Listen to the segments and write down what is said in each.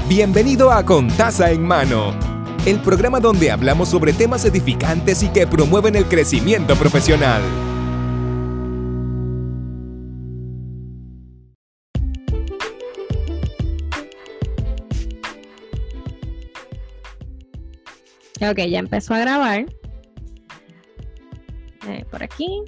Bienvenido a Con Taza en Mano, el programa donde hablamos sobre temas edificantes y que promueven el crecimiento profesional. Ok, ya empezó a grabar. Por aquí.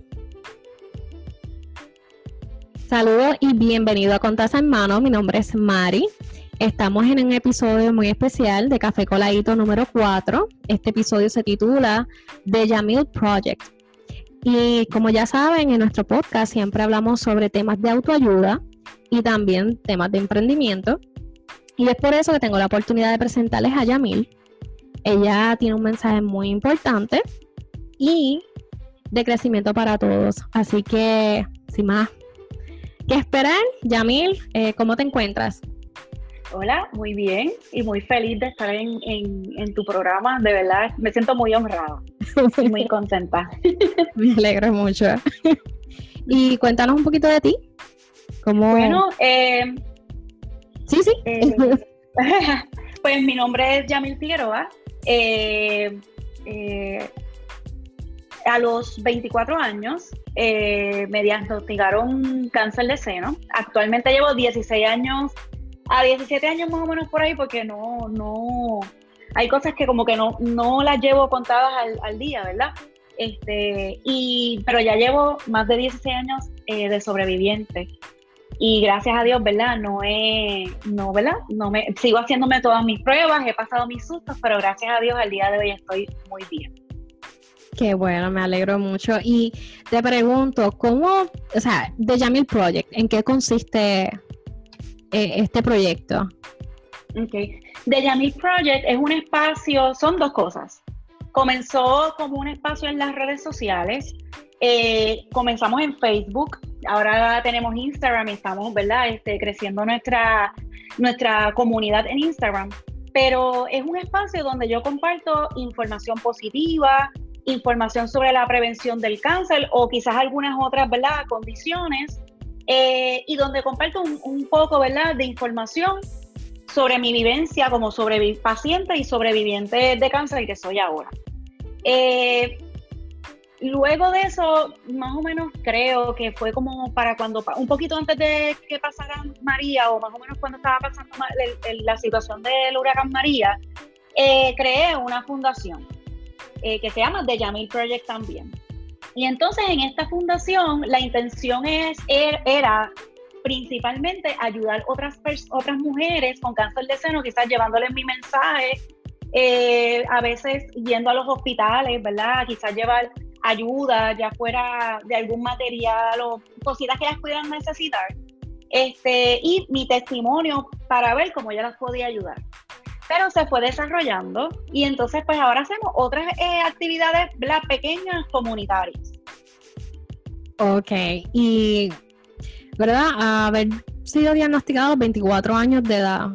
Saludos y bienvenido a Con Taza en Mano. Mi nombre es Mari. Estamos en un episodio muy especial de Café Coladito número 4. Este episodio se titula The Yamil Project. Y como ya saben, en nuestro podcast siempre hablamos sobre temas de autoayuda y también temas de emprendimiento. Y es por eso que tengo la oportunidad de presentarles a Yamil. Ella tiene un mensaje muy importante y de crecimiento para todos. Así que, sin más que esperar, Yamil, ¿cómo te encuentras? Hola, muy bien y muy feliz de estar en tu programa. De verdad, me siento muy honrada y muy contenta. Me alegro mucho. Y cuéntanos un poquito de ti. ¿Cómo? Bueno, sí. Pues mi nombre es Yamil Figueroa. A los 24 años me diagnosticaron cáncer de seno. Actualmente llevo 16 años, a 17 años más o menos por ahí, porque no hay cosas que como que no las llevo contadas al día, ¿verdad? Pero ya llevo más de 16 años de sobreviviente. Y gracias a Dios, ¿verdad? Sigo haciéndome todas mis pruebas, he pasado mis sustos, pero gracias a Dios al día de hoy estoy muy bien. Qué bueno, me alegro mucho. Y te pregunto, The Yamil Project, ¿en qué consiste este proyecto? Okay. The Yamil Project es un espacio, son dos cosas. Comenzó como un espacio en las redes sociales. Comenzamos en Facebook, ahora tenemos Instagram y estamos, ¿verdad? Creciendo nuestra comunidad en Instagram. Pero es un espacio donde yo comparto información positiva, información sobre la prevención del cáncer o quizás algunas otras, ¿verdad?, condiciones, y donde comparto un poco, ¿verdad?, de información sobre mi vivencia como paciente y sobreviviente de cáncer que soy ahora. Luego de eso, más o menos creo que fue como para un poquito antes de que pasara María, o más o menos cuando estaba pasando la situación del huracán María, creé una fundación que se llama The Yamil Project también. Y entonces en esta fundación la intención era principalmente ayudar otras mujeres con cáncer de seno, quizás llevándoles mi mensaje, a veces yendo a los hospitales, ¿verdad? Quizás llevar ayuda, ya fuera de algún material o cositas que ellas pudieran necesitar. Y mi testimonio para ver cómo ellas las podía ayudar. Pero se fue desarrollando y entonces pues ahora hacemos otras actividades, ¿verdad?, pequeñas, comunitarias. Ok, y ¿verdad? Haber sido diagnosticado a los 24 años de edad,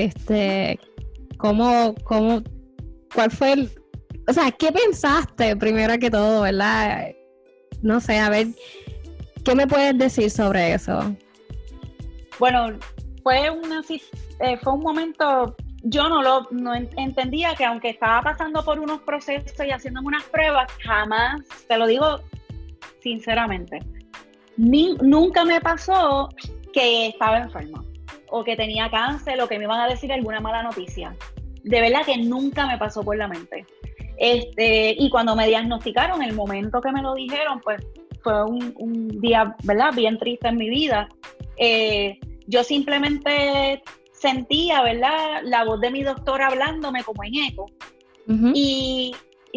¿cuál fue qué pensaste primero que todo, verdad? No sé, a ver, ¿qué me puedes decir sobre eso? Bueno, fue un momento. Yo no entendía que aunque estaba pasando por unos procesos y haciéndome unas pruebas, jamás, te lo digo sinceramente, nunca me pasó que estaba enferma o que tenía cáncer o que me iban a decir alguna mala noticia. De verdad que nunca me pasó por la mente. Y cuando me diagnosticaron, el momento que me lo dijeron, pues fue un día, ¿verdad?, bien triste en mi vida. Yo simplemente sentía, ¿verdad?, la voz de mi doctor hablándome como en eco. Uh-huh. Y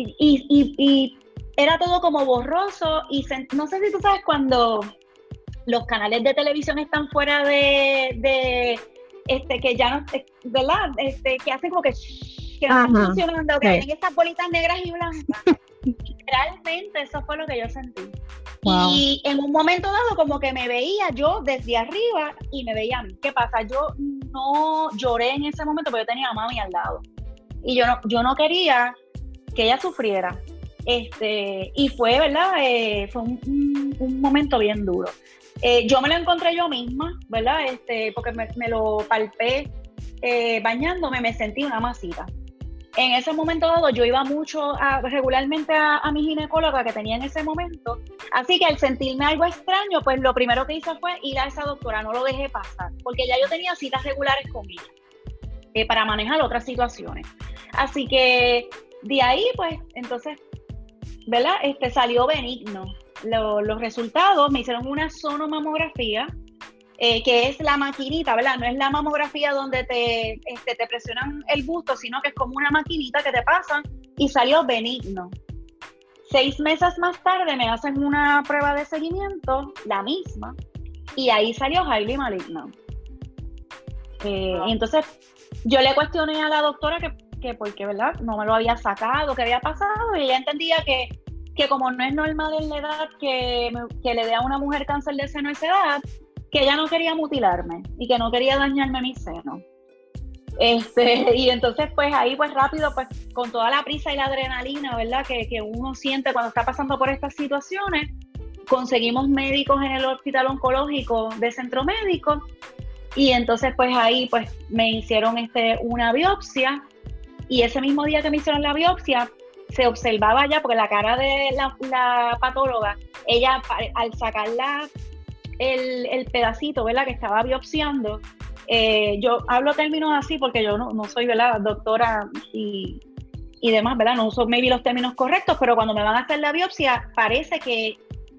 era todo como borroso y no sé si tú sabes cuando los canales de televisión están fuera de que ya no, ¿verdad?, que hacen como que no están funcionando, que tienen estas bolitas negras y blancas. Realmente eso fue lo que yo sentí. Wow. Y en un momento dado como que me veía yo desde arriba y me veía a mí. ¿Qué pasa? Yo no lloré en ese momento porque yo tenía a mami al lado. Y yo no quería que ella sufriera. Y fue, ¿verdad? Fue un momento bien duro. Yo me lo encontré yo misma, ¿verdad? Porque me lo palpé bañándome, me sentí una masita. En ese momento dado, yo iba mucho regularmente a mi ginecóloga que tenía en ese momento, así que al sentirme algo extraño, pues lo primero que hice fue ir a esa doctora, no lo dejé pasar, porque ya yo tenía citas regulares con ella para manejar otras situaciones. Así que de ahí, pues, entonces, ¿verdad? Salió benigno. Los resultados, me hicieron una sonomamografía, que es la maquinita, ¿verdad? No es la mamografía donde te presionan el busto, sino que es como una maquinita que te pasan y salió benigno. 6 meses más tarde me hacen una prueba de seguimiento, la misma, y ahí salió highly maligno. Y entonces yo le cuestioné a la doctora que por qué, ¿verdad? No me lo había sacado, qué había pasado, y ella entendía que como no es normal en la edad que le dé a una mujer cáncer de seno a esa edad, que ella no quería mutilarme y que no quería dañarme mis senos. Y entonces pues ahí pues rápido, pues con toda la prisa y la adrenalina, ¿verdad? Que uno siente cuando está pasando por estas situaciones, conseguimos médicos en el hospital oncológico de Centro Médico, y entonces pues ahí pues me hicieron una biopsia, y ese mismo día que me hicieron la biopsia, se observaba ya, porque la cara de la patóloga, ella al sacarla el pedacito, ¿verdad?, que estaba biopsiando, yo hablo términos así porque yo no soy, ¿verdad?, doctora y demás, ¿verdad?, no uso maybe los términos correctos, pero cuando me van a hacer la biopsia, parece que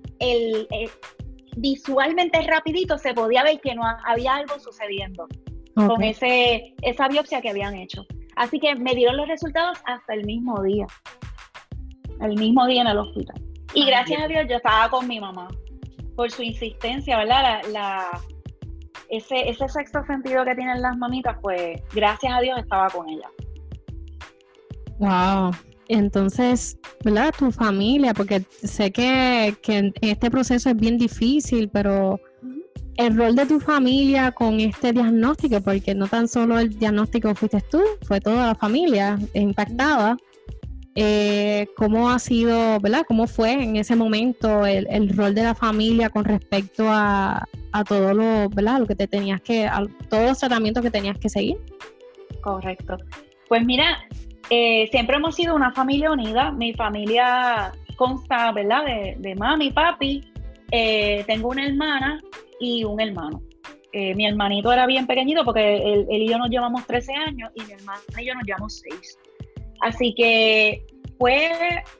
visualmente rapidito se podía ver que no había algo sucediendo con esa biopsia que habían hecho. Así que me dieron los resultados hasta el mismo día en el hospital. Y gracias a Dios yo estaba con mi mamá, por su insistencia, ¿verdad? Ese sexto sentido que tienen las mamitas, pues gracias a Dios estaba con ella. Wow. Entonces, ¿verdad? Tu familia, porque sé que este proceso es bien difícil, pero el rol de tu familia con este diagnóstico, porque no tan solo el diagnóstico fuiste tú, fue toda la familia impactada. ¿Cómo ha sido, ¿verdad? ¿Cómo fue en ese momento el rol de la familia con respecto a todo lo, ¿verdad?, lo que a todos los tratamientos que tenías que seguir? Correcto. Pues mira, siempre hemos sido una familia unida. Mi familia consta, ¿verdad?, de mami, papi. Tengo una hermana y un hermano. Mi hermanito era bien pequeñito porque él y yo nos llevamos 13 años y mi hermana y yo nos llevamos 6. Así que fue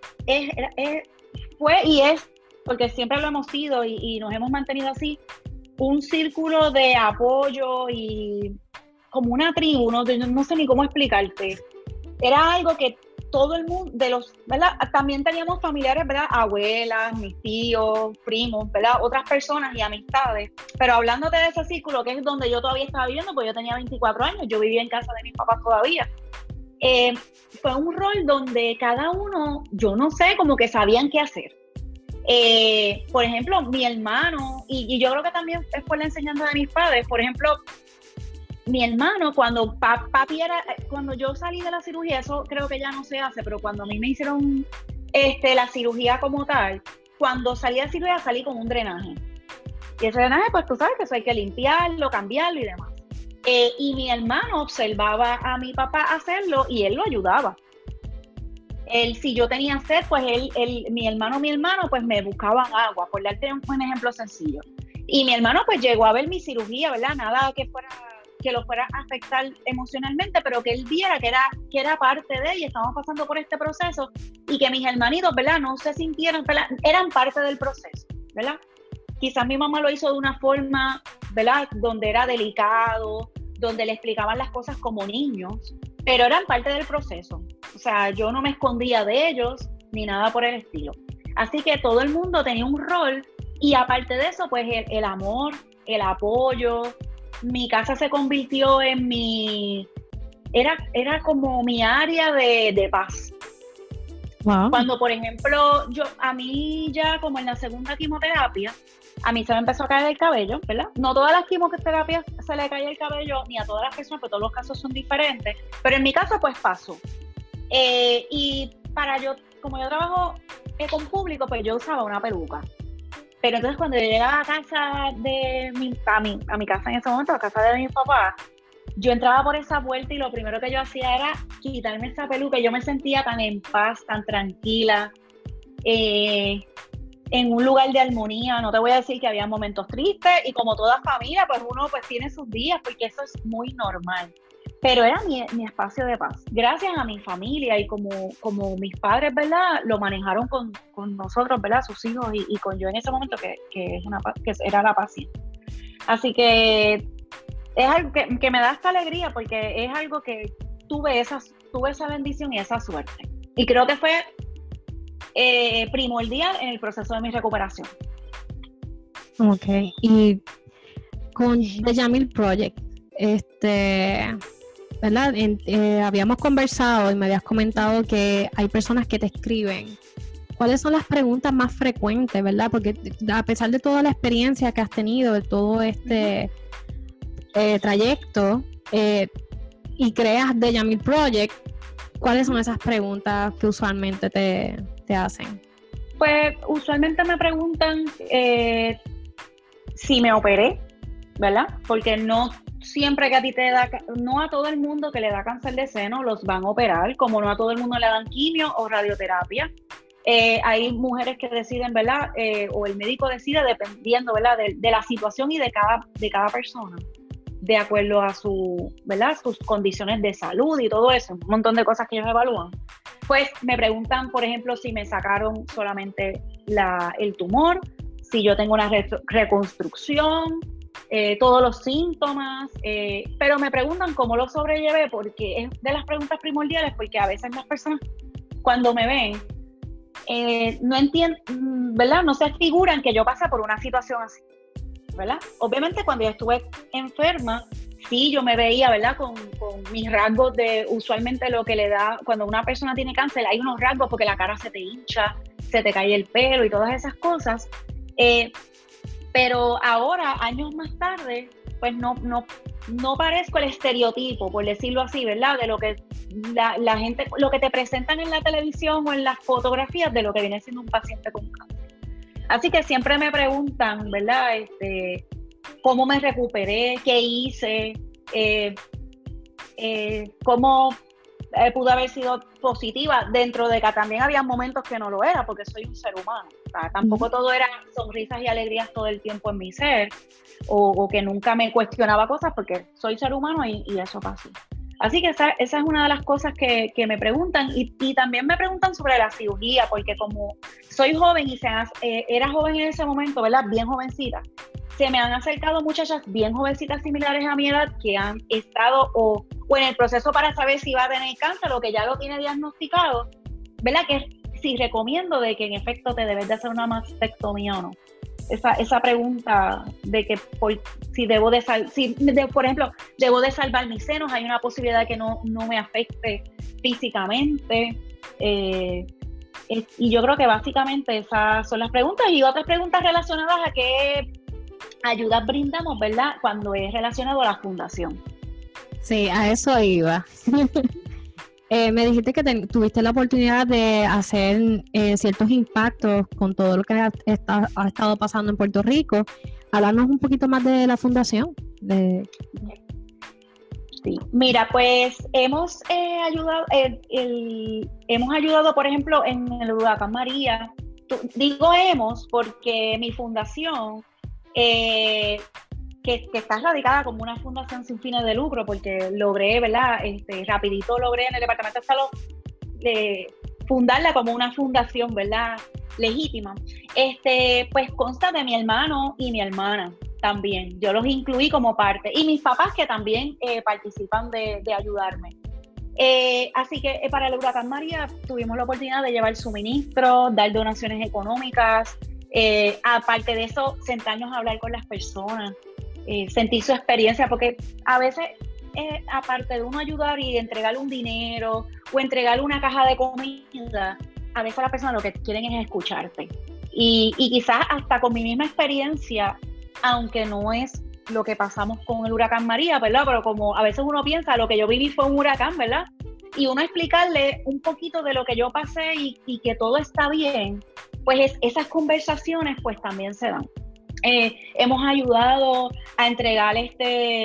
y es, porque siempre lo hemos sido y nos hemos mantenido así, un círculo de apoyo y como una tribu, no sé ni cómo explicarte. Era algo que todo el mundo, ¿verdad? También teníamos familiares, ¿verdad? Abuelas, mis tíos, primos, ¿verdad? Otras personas y amistades. Pero hablándote de ese círculo, que es donde yo todavía estaba viviendo, pues yo tenía 24 años, yo vivía en casa de mis papás todavía. Fue un rol donde cada uno, yo no sé, como que sabían qué hacer. Por ejemplo, mi hermano, y yo creo que también es por la enseñanza de mis padres, por ejemplo, mi hermano, cuando papi cuando yo salí de la cirugía, eso creo que ya no se hace, pero cuando a mí me hicieron la cirugía como tal, cuando salí de la cirugía salí con un drenaje. Y ese drenaje, pues tú sabes que eso hay que limpiarlo, cambiarlo y demás. Y mi hermano observaba a mi papá hacerlo y él lo ayudaba. Si yo tenía sed, pues mi hermano, pues me buscaban agua, por darte un ejemplo sencillo. Y mi hermano pues llegó a ver mi cirugía, ¿verdad? Nada que lo fuera a afectar emocionalmente, pero que él viera que era parte de él y estábamos pasando por este proceso y que mis hermanitos, ¿verdad?, no se sintieran, ¿verdad?, eran parte del proceso, ¿verdad? Quizás mi mamá lo hizo de una forma, ¿verdad?, donde era delicado, donde le explicaban las cosas como niños, pero eran parte del proceso. O sea, yo no me escondía de ellos ni nada por el estilo. Así que todo el mundo tenía un rol y aparte de eso, pues el amor, el apoyo. Mi casa se convirtió en era como mi área de paz. Wow. Cuando, por ejemplo, a mí ya como en la segunda quimioterapia, a mí se me empezó a caer el cabello, ¿verdad? No todas las quimioterapias se le cae el cabello, ni a todas las personas, porque todos los casos son diferentes, pero en mi caso pues pasó. Y como yo trabajo con público, pues yo usaba una peluca. Pero entonces cuando yo llegaba a casa a mi casa en ese momento, a casa de mi papá, yo entraba por esa puerta y lo primero que yo hacía era quitarme esa peluca. Yo me sentía tan en paz, tan tranquila, en un lugar de armonía. No te voy a decir que había momentos tristes, y como toda familia, pues uno pues tiene sus días, porque eso es muy normal. Pero era mi espacio de paz. Gracias a mi familia y como mis padres, ¿verdad?, lo manejaron con nosotros, ¿verdad?, sus hijos, y con yo en ese momento, que era la paciencia. Así que es algo que me da esta alegría, porque es algo que tuve esa bendición y esa suerte. Y creo que fue primordial en el proceso de mi recuperación. Ok, y con The Yamil Project, ¿verdad? Habíamos conversado y me habías comentado que hay personas que te escriben. ¿Cuáles son las preguntas más frecuentes, verdad? Porque a pesar de toda la experiencia que has tenido, de todo este trayecto, y creas The Yamil Project, ¿cuáles son esas preguntas que usualmente te hacen? Pues usualmente me preguntan si me operé, ¿verdad? Porque no siempre que a ti no a todo el mundo que le da cáncer de seno los van a operar, como no a todo el mundo le dan quimio o radioterapia. Hay mujeres que deciden, ¿verdad? O el médico decide, dependiendo, ¿verdad?, de la situación y de cada persona, de acuerdo a ¿verdad?, sus condiciones de salud y todo eso, un montón de cosas que ellos evalúan. Pues me preguntan, por ejemplo, si me sacaron solamente el tumor, si yo tengo una reconstrucción, todos los síntomas, pero me preguntan cómo lo sobrellevé, porque es de las preguntas primordiales, porque a veces las personas, cuando me ven, no entienden, ¿verdad?, no se figuran que yo pasé por una situación así, ¿verdad? Obviamente cuando yo estuve enferma, sí, yo me veía, ¿verdad?, con mis rasgos de usualmente lo que le da cuando una persona tiene cáncer. Hay unos rasgos porque la cara se te hincha, se te cae el pelo y todas esas cosas. Pero ahora, años más tarde, pues no parezco el estereotipo, por decirlo así, ¿verdad?, de lo que la gente, lo que te presentan en la televisión o en las fotografías de lo que viene siendo un paciente con cáncer. Así que siempre me preguntan, ¿verdad?, cómo me recuperé, qué hice, cómo pudo haber sido positiva, dentro de que también había momentos que no lo era, porque soy un ser humano. O sea, tampoco todo era sonrisas y alegrías todo el tiempo en mi ser, o que nunca me cuestionaba cosas, porque soy ser humano y eso pasó. Así que esa es una de las cosas que me preguntan, y también me preguntan sobre la cirugía, porque como soy joven y era joven en ese momento, ¿verdad?, bien jovencita, se me han acercado muchachas bien jovencitas similares a mi edad que han estado o en el proceso para saber si va a tener cáncer o que ya lo tiene diagnosticado, ¿verdad?, que sí recomiendo de que en efecto te debes de hacer una mastectomía o no. Esa pregunta de que si por ejemplo, debo de salvar mis senos, hay una posibilidad de que no me afecte físicamente. Y yo creo que básicamente esas son las preguntas, y otras preguntas relacionadas a qué ayudas brindamos, ¿verdad?, cuando es relacionado a la fundación. Sí, a eso iba. Me dijiste que tuviste la oportunidad de hacer ciertos impactos con todo lo que ha estado pasando en Puerto Rico. Háblanos un poquito más de la fundación. Sí, mira, pues hemos ayudado, por ejemplo, en el huracán María. Digo hemos porque mi fundación, que está radicada como una fundación sin fines de lucro, porque logré, ¿verdad?, rapidito logré en el Departamento de Salud fundarla como una fundación, ¿verdad?, legítima. Pues consta de mi hermano y mi hermana también. Yo los incluí como parte, y mis papás, que también participan de ayudarme. Así que para el huracán María tuvimos la oportunidad de llevar suministros, dar donaciones económicas, aparte de eso, sentarnos a hablar con las personas, sentir su experiencia, porque a veces, aparte de uno ayudar y entregarle un dinero o entregarle una caja de comida, a veces las personas lo que quieren es escucharte. Y quizás hasta con mi misma experiencia, aunque no es lo que pasamos con el huracán María, ¿verdad?, pero como a veces uno piensa, lo que yo viví fue un huracán, ¿verdad?, y uno explicarle un poquito de lo que yo pasé y que todo está bien, pues esas conversaciones pues también se dan. Hemos ayudado a entregar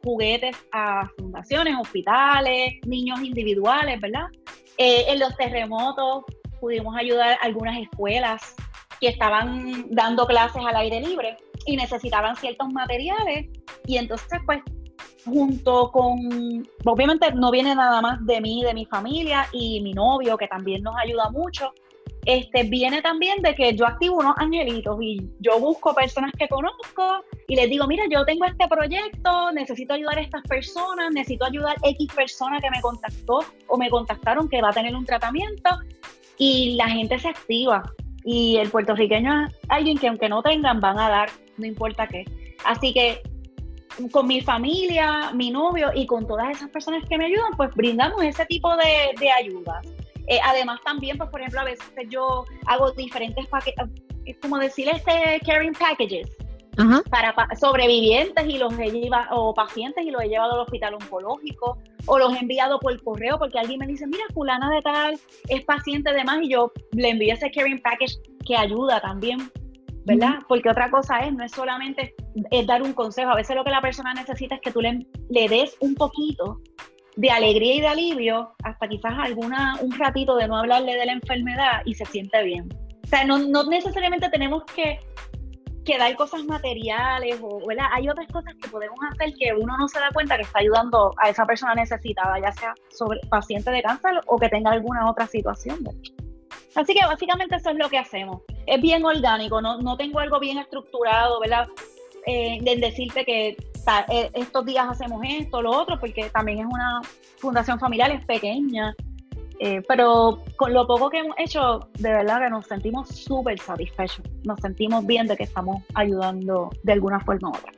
juguetes a fundaciones, hospitales, niños individuales, ¿verdad? En los terremotos pudimos ayudar a algunas escuelas que estaban dando clases al aire libre y necesitaban ciertos materiales, y entonces pues junto con, obviamente no viene nada más de mí, de mi familia y mi novio, que también nos ayuda mucho, viene también de que yo activo unos angelitos y yo busco personas que conozco y les digo, mira, yo tengo este proyecto, necesito ayudar a estas personas, necesito ayudar a X persona que me contactó o me contactaron que va a tener un tratamiento, y la gente se activa, y el puertorriqueño es alguien que aunque no tengan van a dar, no importa qué. Así que con mi familia, mi novio y con todas esas personas que me ayudan, pues brindamos ese tipo de ayudas. Además también, pues por ejemplo, a veces yo hago diferentes paquetes, es como decir caring packages, uh-huh, para sobrevivientes y los he llevado, o pacientes, y los he llevado al hospital oncológico, o los he enviado por correo porque alguien me dice, mira, fulana de tal es paciente de más, y yo le envío ese caring package que ayuda también, ¿verdad? Uh-huh. Porque otra cosa no es solamente dar un consejo, a veces lo que la persona necesita es que tú le des un poquito de alegría y de alivio, hasta quizás un ratito de no hablarle de la enfermedad y se siente bien. O sea, no necesariamente tenemos que dar cosas materiales, ¿verdad? Hay otras cosas que podemos hacer que uno no se da cuenta que está ayudando a esa persona necesitada, ya sea paciente de cáncer o que tenga alguna otra situación, ¿verdad? Así que básicamente eso es lo que hacemos. Es bien orgánico, no tengo algo bien estructurado, ¿verdad? De decirte que estos días hacemos esto, lo otro, porque también es una fundación familiar, es pequeña, pero con lo poco que hemos hecho, de verdad que nos sentimos súper satisfechos, nos sentimos bien de que estamos ayudando de alguna forma u otra.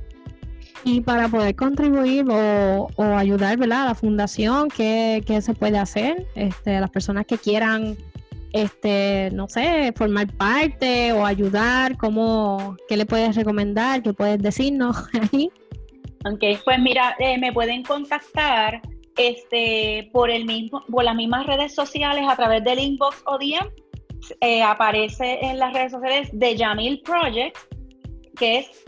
Y para poder contribuir o ayudar, ¿verdad?, a la fundación, ¿qué se puede hacer? Las personas que quieran, no sé, formar parte o ayudar, ¿qué le puedes recomendar? ¿Qué puedes decirnos ahí? Ok, pues mira, me pueden contactar por las mismas redes sociales a través del inbox o DM. Aparece en las redes sociales de Yamil Project, que es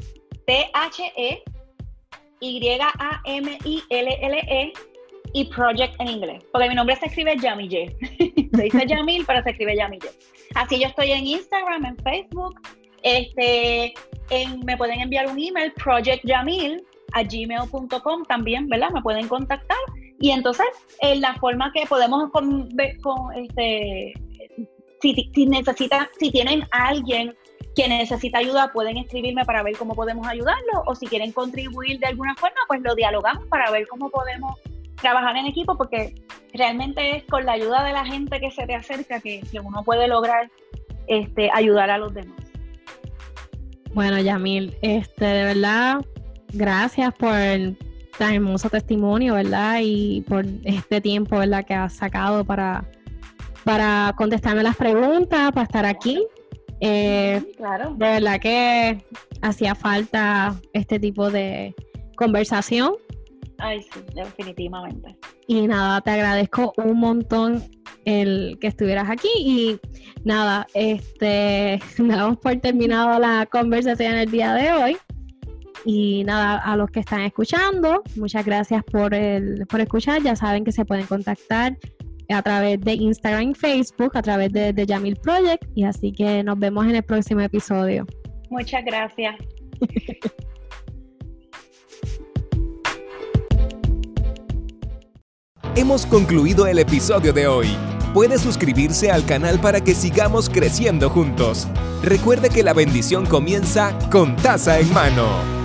THEYAMILLE y Project en inglés, porque mi nombre se escribe Yamille. Se dice Yamil, pero se escribe Yamille. Así yo estoy en Instagram, en Facebook. Me pueden enviar un email, projectyamil@gmail.com también, ¿verdad? Me pueden contactar. Y entonces, la forma que podemos si tienen a alguien que necesita ayuda, pueden escribirme para ver cómo podemos ayudarlo, o si quieren contribuir de alguna forma, pues lo dialogamos para ver cómo podemos trabajar en equipo, porque realmente es con la ayuda de la gente que se te acerca que uno puede lograr ayudar a los demás. Bueno, Yamil, de verdad, gracias por tan hermoso testimonio, ¿verdad? Y por este tiempo, ¿verdad?, que has sacado para contestarme las preguntas, para estar aquí. Claro. De verdad que hacía falta este tipo de conversación. Ay, sí, definitivamente. Y nada, te agradezco un montón el que estuvieras aquí, y nada, damos por terminado la conversación el día de hoy. Y nada, a los que están escuchando, muchas gracias por escuchar. Ya saben que se pueden contactar a través de Instagram y Facebook, a través de Yamil Project, y así que nos vemos en el próximo episodio. Muchas gracias. Hemos concluido el episodio de hoy. Puede suscribirse al canal para que sigamos creciendo juntos. Recuerde que la bendición comienza con taza en mano.